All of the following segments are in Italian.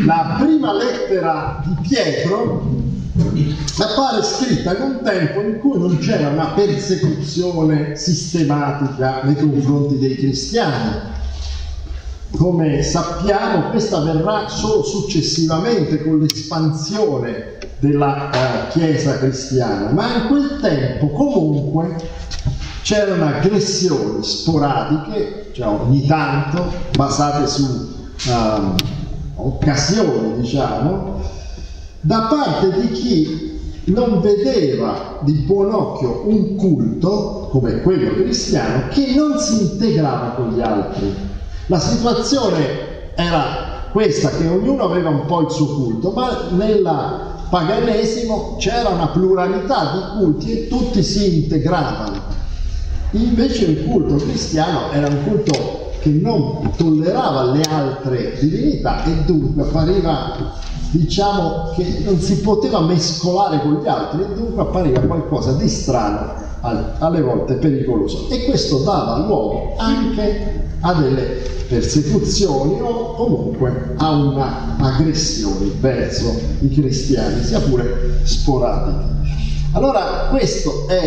La prima lettera di Pietro appare scritta in un tempo in cui non c'era una persecuzione sistematica nei confronti dei cristiani. Come sappiamo, questa avverrà solo successivamente con l'espansione della Chiesa cristiana, ma in quel tempo comunque c'erano aggressioni sporadiche, cioè ogni tanto, basate su occasioni, diciamo, da parte di chi non vedeva di buon occhio un culto come quello cristiano che non si integrava con gli altri. La situazione era questa, che ognuno aveva un po' il suo culto, ma nel paganesimo c'era una pluralità di culti e tutti si integravano. Invece il culto cristiano era un culto che non tollerava le altre divinità e dunque appariva, diciamo, che non si poteva mescolare con gli altri e dunque appariva qualcosa di strano, alle volte pericoloso, e questo dava luogo anche a delle persecuzioni o comunque a una aggressione verso i cristiani, sia pure sporadiche. Allora questo è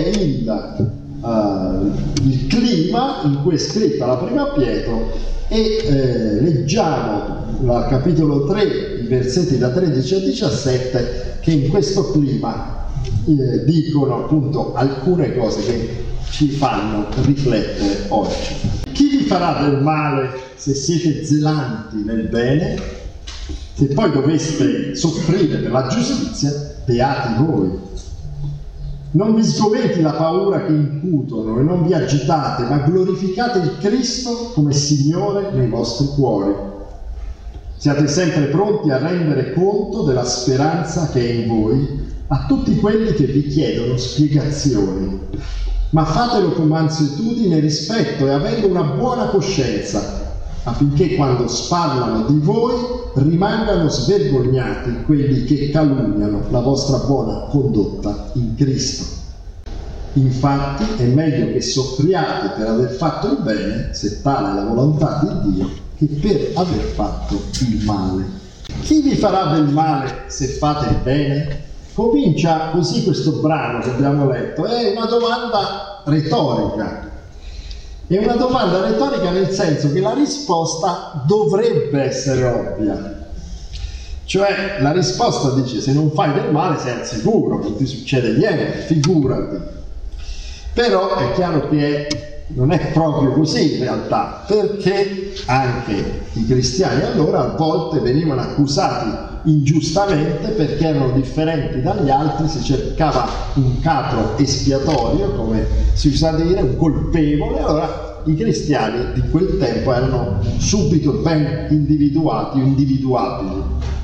il clima in cui è scritta la prima Pietro e leggiamo al capitolo 3 i versetti da 13 a 17 che in questo clima dicono appunto alcune cose che ci fanno riflettere oggi. Chi vi farà del male se siete zelanti nel bene? Se poi doveste soffrire per la giustizia, beati voi. Non vi sgomenti la paura che incutono e non vi agitate, ma glorificate il Cristo come Signore nei vostri cuori. Siate sempre pronti a rendere conto della speranza che è in voi a tutti quelli che vi chiedono spiegazioni, ma fatelo con mansuetudine e rispetto e avendo una buona coscienza, affinché quando sparlano di voi rimangano svergognati quelli che calunniano la vostra buona condotta in Cristo. Infatti è meglio che soffriate per aver fatto il bene, se tale è la volontà di Dio, che per aver fatto il male. Chi vi farà del male se fate il bene? Comincia così questo brano che abbiamo letto, è una domanda retorica. È una domanda retorica nel senso che la risposta dovrebbe essere ovvia. Cioè la risposta dice: se non fai del male sei al sicuro, non ti succede niente, figurati. Però è chiaro che non è proprio così in realtà, perché anche i cristiani allora a volte venivano accusati ingiustamente perché erano differenti dagli altri, si cercava un capro espiatorio, come si usa dire, un colpevole. Allora i cristiani di quel tempo erano subito ben individuati, individuabili.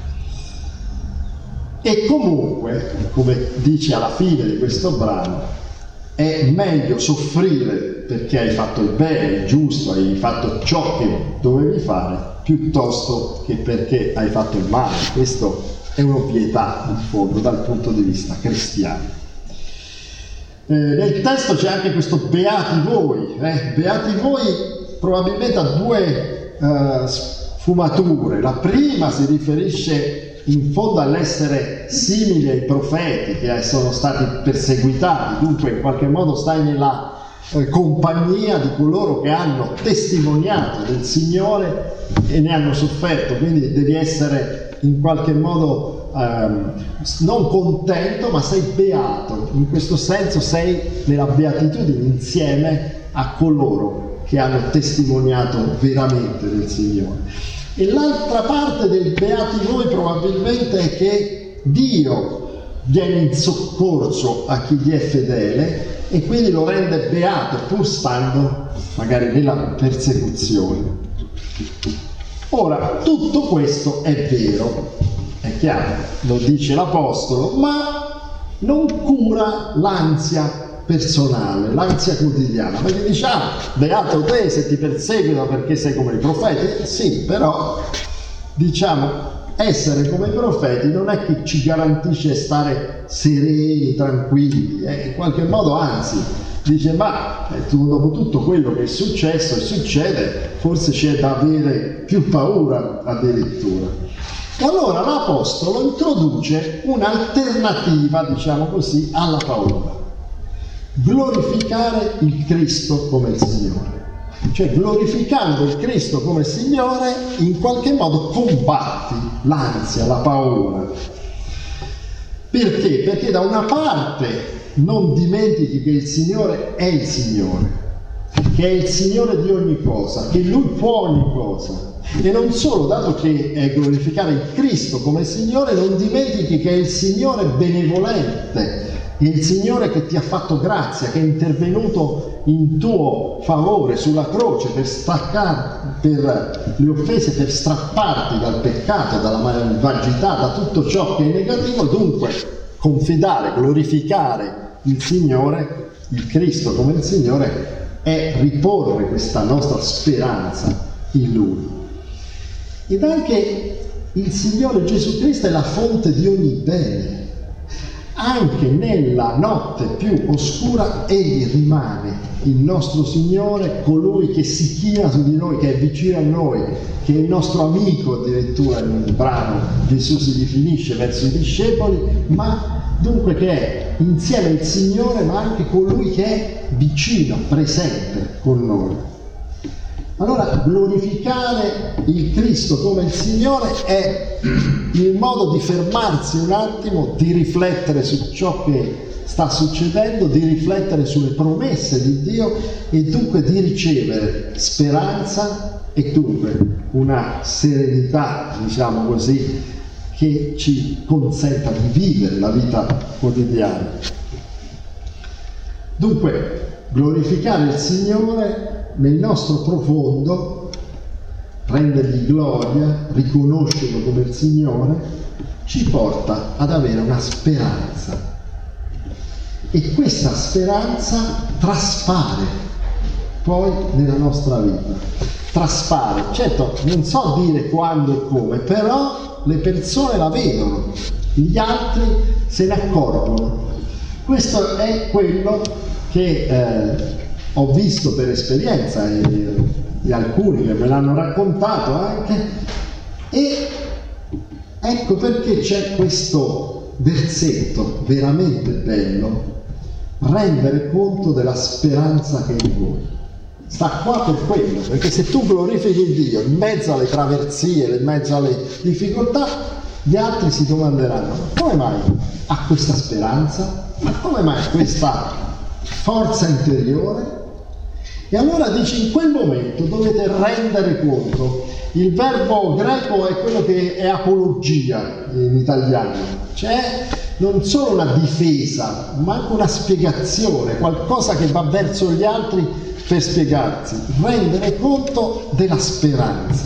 E comunque, come dice alla fine di questo brano, è meglio soffrire perché hai fatto il bene, il giusto, hai fatto ciò che dovevi fare, piuttosto che perché hai fatto il male. Questo è un'ovvietà in fondo dal punto di vista cristiano. Nel testo c'è anche questo beati voi. Beati voi probabilmente ha due sfumature. La prima si riferisce in fondo all'essere simili ai profeti che sono stati perseguitati, dunque in qualche modo stai nella compagnia di coloro che hanno testimoniato del Signore e ne hanno sofferto, quindi devi essere in qualche modo non contento, ma sei beato. In questo senso sei nella beatitudine insieme a coloro che hanno testimoniato veramente del Signore. E l'altra parte del beati voi probabilmente è che Dio viene in soccorso a chi gli è fedele e quindi lo rende beato pur stando magari nella persecuzione. Ora, tutto questo è vero, è chiaro, lo dice l'Apostolo, ma non cura l'ansia personale, l'ansia quotidiana, perché dice: beato te se ti perseguitano perché sei come i profeti. Sì, però diciamo essere come i profeti non è che ci garantisce stare sereni, tranquilli, in qualche modo anzi dice: ma dopo tutto quello che è successo e succede, forse c'è da avere più paura addirittura. E allora l'Apostolo introduce un'alternativa, diciamo così, alla paura. Glorificare il Cristo come il Signore. Cioè, glorificando il Cristo come Signore, in qualche modo combatti l'ansia, la paura. Perché? Perché da una parte non dimentichi che il Signore è il Signore, che è il Signore di ogni cosa, che Lui può ogni cosa. E non solo, dato che è glorificare il Cristo come Signore, non dimentichi che è il Signore benevolente, è il Signore che ti ha fatto grazia, che è intervenuto in tuo favore sulla croce per per le offese, per strapparti dal peccato, dalla malvagità, da tutto ciò che è negativo. Dunque, confidare, glorificare il Signore, il Cristo come il Signore, è riporre questa nostra speranza in Lui. Ed anche il Signore Gesù Cristo è la fonte di ogni bene. Anche nella notte più oscura Egli rimane il nostro Signore, colui che si china su di noi, che è vicino a noi, che è il nostro amico. Addirittura in un brano Gesù si definisce verso i discepoli, ma dunque che è insieme il Signore, ma anche colui che è vicino, presente con noi. Allora, glorificare il Cristo come il Signore è il modo di fermarsi un attimo, di riflettere su ciò che sta succedendo, di riflettere sulle promesse di Dio e dunque di ricevere speranza e dunque una serenità, diciamo così, che ci consenta di vivere la vita quotidiana. Dunque, glorificare il Signore nel nostro profondo, rendergli gloria, riconoscerlo come il Signore, ci porta ad avere una speranza. E questa speranza traspare poi nella nostra vita. Traspare. Certo, non so dire quando e come, però le persone la vedono, gli altri se ne accorgono. Questo è quello che ho visto per esperienza di alcuni che me l'hanno raccontato anche, e ecco perché c'è questo versetto veramente bello: rendere conto della speranza che è in voi. Sta qua per quello, perché se tu glorifichi Dio in mezzo alle traversie, in mezzo alle difficoltà, gli altri si domanderanno: come mai ha questa speranza? Ma come mai questa forza interiore? E allora dici, in quel momento dovete rendere conto. Il verbo greco è quello che è apologia in italiano, cioè non solo una difesa, ma anche una spiegazione, qualcosa che va verso gli altri per spiegarsi. Rendere conto della speranza.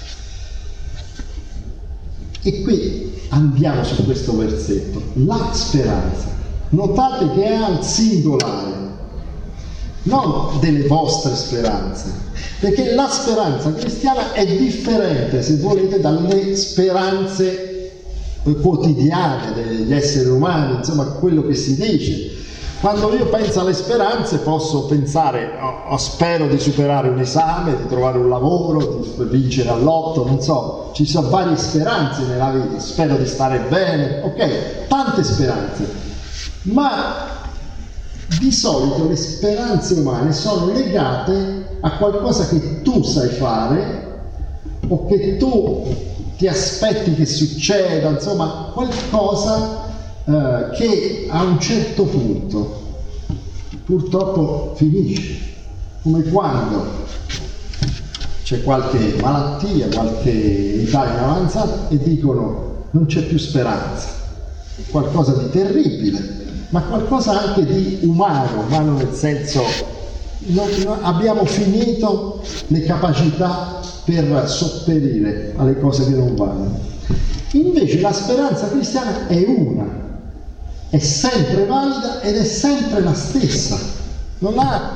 E qui andiamo su questo versetto, la speranza. Notate che è al singolare, non delle vostre speranze, perché la speranza cristiana è differente, se volete, dalle speranze quotidiane degli esseri umani, insomma quello che si dice. Quando io penso alle speranze posso pensare, spero di superare un esame, di trovare un lavoro, di vincere al lotto, non so, ci sono varie speranze nella vita, spero di stare bene, ok, tante speranze, ma di solito le speranze umane sono legate a qualcosa che tu sai fare o che tu ti aspetti che succeda, insomma qualcosa che a un certo punto purtroppo finisce, come quando c'è qualche malattia, qualche età in avanzata e dicono non c'è più speranza, qualcosa di terribile, ma qualcosa anche di umano nel senso abbiamo finito le capacità per sopperire alle cose che non vanno. Invece la speranza cristiana è una, è sempre valida ed è sempre la stessa, non ha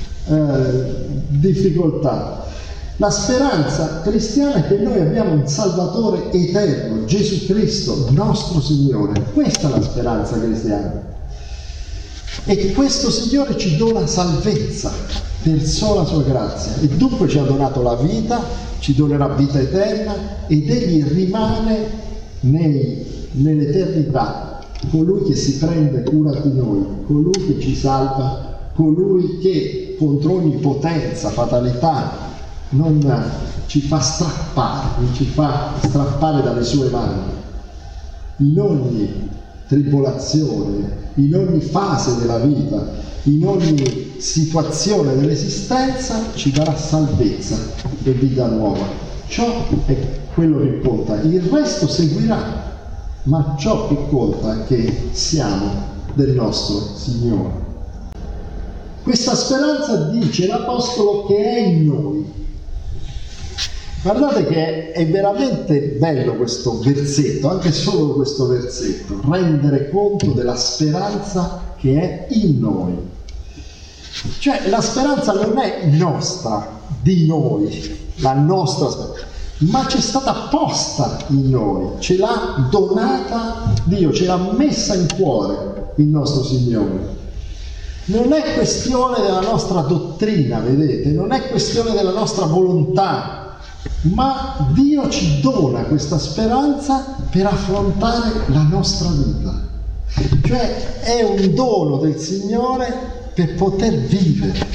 difficoltà. La speranza cristiana è che noi abbiamo un Salvatore eterno, Gesù Cristo, nostro Signore. Questa è la speranza cristiana. E questo Signore ci dona salvezza per sola sua grazia e dunque ci ha donato la vita, ci donerà vita eterna ed Egli rimane nell'eternità colui che si prende cura di noi, colui che ci salva, colui che contro ogni potenza, fatalità, non ci fa strappare dalle sue mani. In ogni tribolazione, in ogni fase della vita, in ogni situazione dell'esistenza ci darà salvezza e vita nuova. Ciò è quello che conta, il resto seguirà, ma ciò che conta è che siamo del nostro Signore. Questa speranza, dice l'Apostolo, che è in noi. Guardate che è veramente bello questo versetto, anche solo questo versetto, rendere conto della speranza che è in noi. Cioè la speranza non è nostra, di noi, la nostra speranza, ma c'è stata posta in noi, ce l'ha donata Dio, ce l'ha messa in cuore il nostro Signore. Non è questione della nostra dottrina, vedete, non è questione della nostra volontà, ma Dio ci dona questa speranza per affrontare la nostra vita. Cioè è un dono del Signore per poter vivere.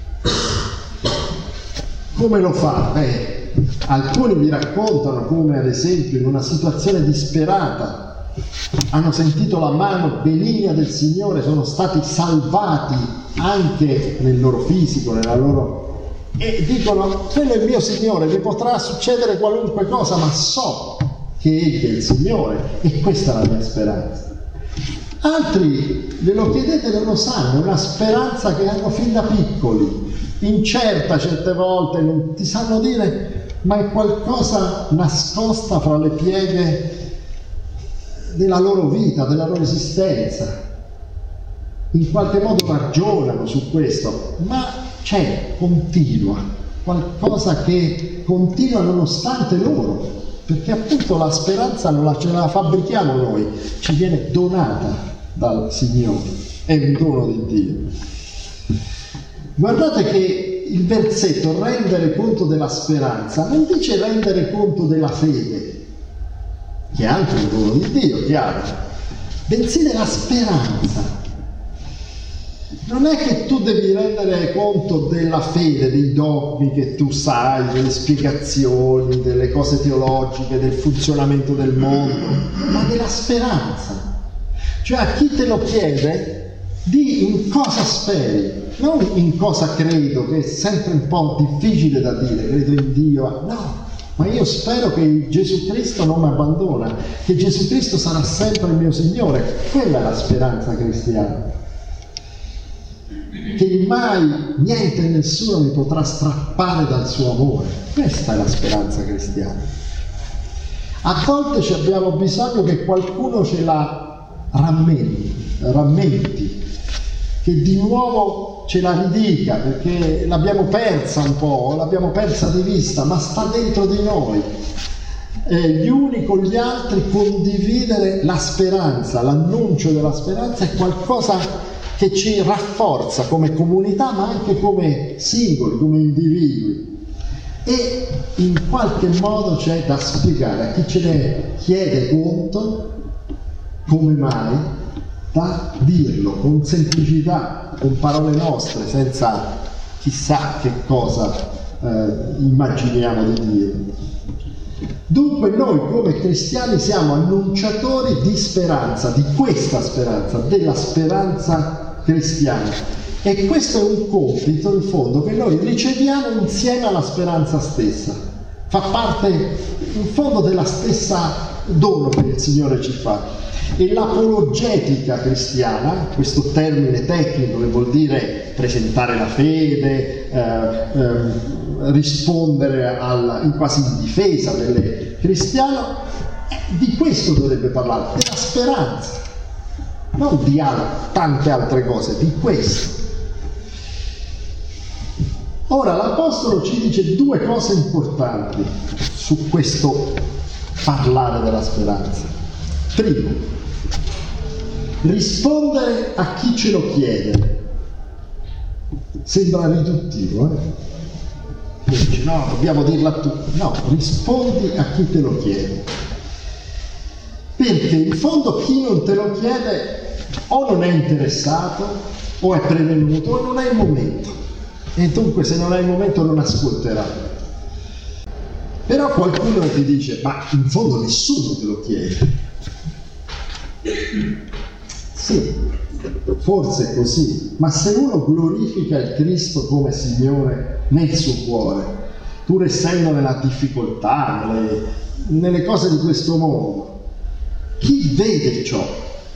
Come lo fa? Alcuni vi raccontano come, ad esempio, in una situazione disperata hanno sentito la mano benigna del Signore, sono stati salvati anche nel loro fisico, nella loro... e dicono: quello è il mio Signore, mi potrà succedere qualunque cosa, ma so che Egli è il Signore e questa è la mia speranza. Altri glielo chiedete, non lo sanno, è una speranza che hanno fin da piccoli, incerta certe volte, non ti sanno dire, ma è qualcosa nascosta fra le pieghe della loro vita, della loro esistenza. In qualche modo ragionano su questo, ma c'è, continua, qualcosa che continua nonostante loro, perché appunto la speranza non ce la fabbrichiamo noi, ci viene donata dal Signore, è un dono di Dio. Guardate che il versetto rendere conto della speranza non dice rendere conto della fede, che è anche un dono di Dio, chiaro, bensì della speranza. Non è che tu devi rendere conto della fede, dei dogmi che tu sai, delle spiegazioni, delle cose teologiche, del funzionamento del mondo, ma della speranza. Cioè a chi te lo chiede, di in cosa speri, non in cosa credo, che è sempre un po' difficile da dire, credo in Dio, no, ma io spero che Gesù Cristo non mi abbandona, che Gesù Cristo sarà sempre il mio Signore. Quella è la speranza cristiana. Che mai niente e nessuno mi potrà strappare dal suo amore. Questa è la speranza cristiana. A volte abbiamo bisogno che qualcuno ce la rammenti, che di nuovo ce la ridica, perché l'abbiamo persa un po', l'abbiamo persa di vista, ma sta dentro di noi. Gli uni con gli altri condividere la speranza, l'annuncio della speranza è qualcosa che ci rafforza come comunità, ma anche come singoli, come individui. E in qualche modo c'è da spiegare a chi ce ne chiede conto come mai, da dirlo con semplicità, con parole nostre, senza chissà che cosa immaginiamo di dire. Dunque noi come cristiani siamo annunciatori di speranza, di questa speranza, della speranza cristiana, e questo è un compito in fondo che noi riceviamo insieme alla speranza stessa, fa parte in fondo della stessa dono che il Signore ci fa. E l'apologetica cristiana, questo termine tecnico che vuol dire presentare la fede, rispondere quasi in difesa del cristiano, di questo dovrebbe parlare, della speranza, non di tante altre cose, di questo. Ora l'Apostolo ci dice due cose importanti su questo parlare della speranza. Primo, rispondere a chi ce lo chiede. Sembra riduttivo, dici, no, dobbiamo dirla a tutti. No, rispondi a chi te lo chiede. perché in fondo chi non te lo chiede o non è interessato o è prevenuto o non è il momento, e dunque se non è il momento non ascolterà. Però qualcuno ti dice: ma in fondo nessuno te lo chiede. Sì, forse è così, ma se uno glorifica il Cristo come Signore nel suo cuore, pur essendo nella difficoltà, nelle cose di questo mondo, chi vede ciò?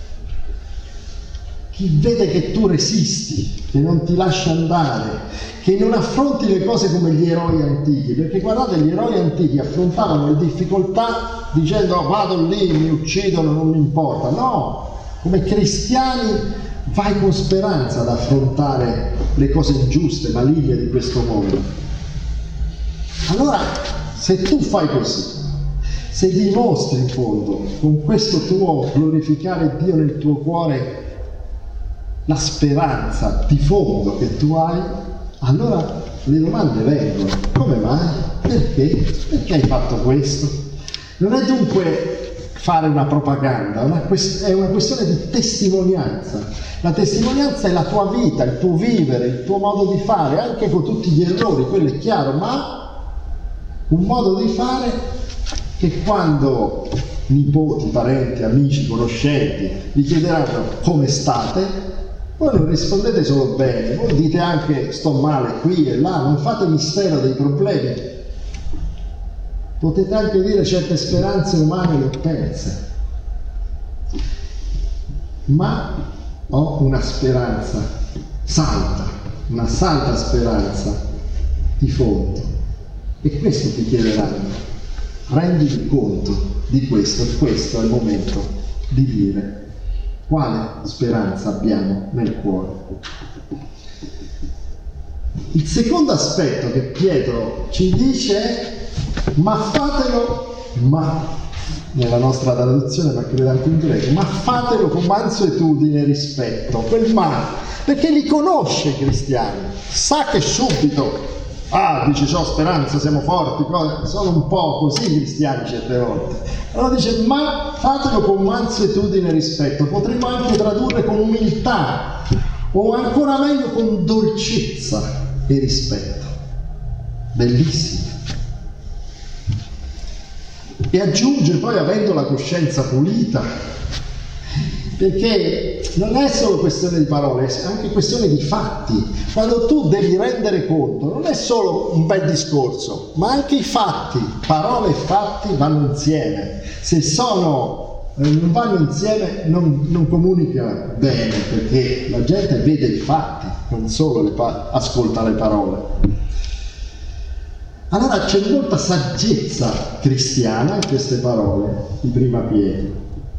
Chi vede che tu resisti, che non ti lasci andare, che non affronti le cose come gli eroi antichi, perché guardate, gli eroi antichi affrontavano le difficoltà dicendo: vado lì, mi uccidono, non mi importa. No, come cristiani vai con speranza ad affrontare le cose ingiuste, maligne di questo mondo. Allora, se tu fai così, se dimostri in fondo con questo tuo glorificare Dio nel tuo cuore la speranza di fondo che tu hai, allora le domande vengono: come mai? Perché? Perché hai fatto questo? Non è dunque fare una propaganda, è una questione di testimonianza. La testimonianza è la tua vita, il tuo vivere, il tuo modo di fare, anche con tutti gli errori, quello è chiaro, ma un modo di fare che quando nipoti, parenti, amici, conoscenti vi chiederanno come state, voi non rispondete solo bene, voi dite anche: sto male qui e là, non fate mistero dei problemi. Potete anche dire: certe speranze umane le ho perse, ma ho una speranza salda, una salda speranza di fondo. E questo ti chiederanno: renditi conto di questo, e questo è il momento di dire quale speranza abbiamo nel cuore. Il secondo aspetto che Pietro ci dice è: ma fatelo, ma nella nostra traduzione, ma credo anche in greco, ma fatelo con mansuetudine e rispetto. Quel ma, perché li conosce i cristiani, sa che subito, dice: c'ho speranza, siamo forti, sono un po' così i cristiani certe volte. Allora dice: ma fatelo con mansuetudine e rispetto. Potremmo anche tradurre con umiltà, o ancora meglio con dolcezza e rispetto. Bellissimo. E aggiunge poi: avendo la coscienza pulita, perché non è solo questione di parole, è anche questione di fatti. Quando tu devi rendere conto, non è solo un bel discorso, ma anche i fatti, parole e fatti vanno insieme. Se non vanno insieme non comunica bene, perché la gente vede i fatti, non solo ascolta le parole. Allora c'è molta saggezza cristiana in queste parole di Prima Pietro.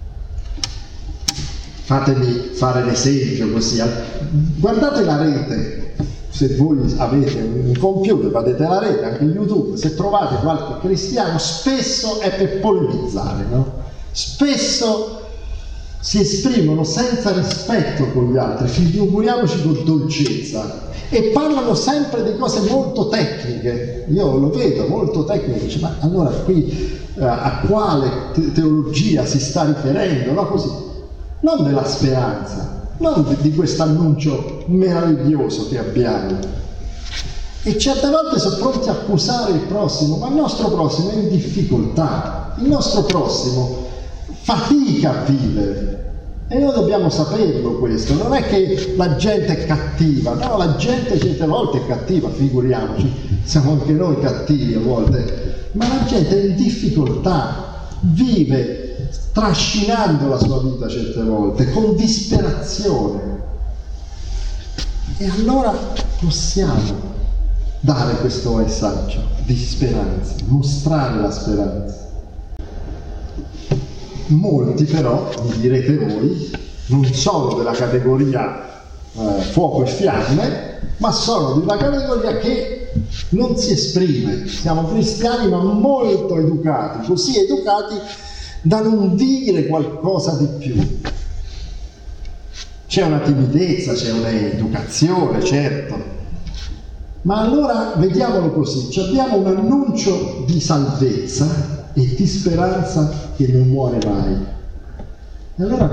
Fatemi fare l'esempio così. Guardate la rete, se voi avete un computer, guardate la rete, anche YouTube, se trovate qualche cristiano, spesso è per polemizzare, no? Spesso si esprimono senza rispetto con gli altri, figuriamoci con dolcezza, e parlano sempre di cose molto tecniche. Io lo vedo, molto tecniche. Dice: ma allora qui a quale teologia si sta riferendo? No, così. Non della speranza, non di questo annuncio meraviglioso che abbiamo. E certe volte sono pronti a accusare il prossimo, ma il nostro prossimo è in difficoltà, il nostro prossimo fatica a vivere. E noi dobbiamo saperlo questo. Non è che la gente è cattiva, no, la gente certe volte è cattiva, figuriamoci, siamo anche noi cattivi a volte, ma la gente è in difficoltà, vive trascinando la sua vita certe volte, con disperazione. E allora possiamo dare questo messaggio di speranza, mostrare la speranza. Molti però, mi direte voi, non sono della categoria fuoco e fiamme, ma sono di una categoria che non si esprime. Siamo cristiani ma molto educati, così educati da non dire qualcosa di più. C'è una timidezza, c'è un'educazione, certo, ma allora vediamolo così: abbiamo un annuncio di salvezza e di speranza che non muore mai. E allora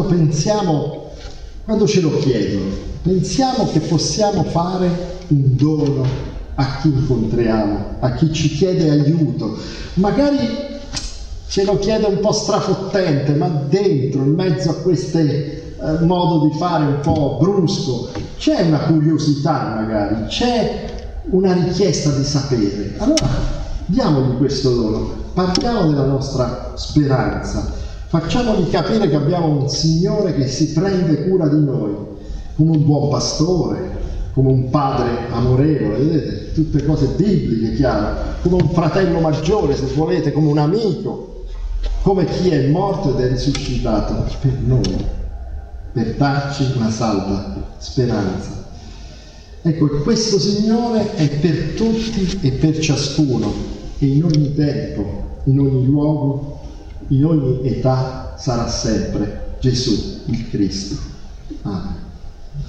quando ce lo chiedono, pensiamo che possiamo fare un dono a chi incontriamo, a chi ci chiede aiuto. Magari ce lo chiede un po' strafottente, ma dentro, in mezzo a queste modo di fare un po' brusco, c'è una curiosità magari, c'è una richiesta di sapere. Allora diamogli questo dono, parliamo della nostra speranza, facciamogli capire che abbiamo un Signore che si prende cura di noi, come un buon pastore, come un padre amorevole, vedete? Tutte cose bibliche, chiaro, come un fratello maggiore, se volete, come un amico, come chi è morto ed è risuscitato per noi, per darci una salva speranza. Ecco, questo Signore è per tutti e per ciascuno, e in ogni tempo, in ogni luogo, in ogni età sarà sempre Gesù, il Cristo. Amen.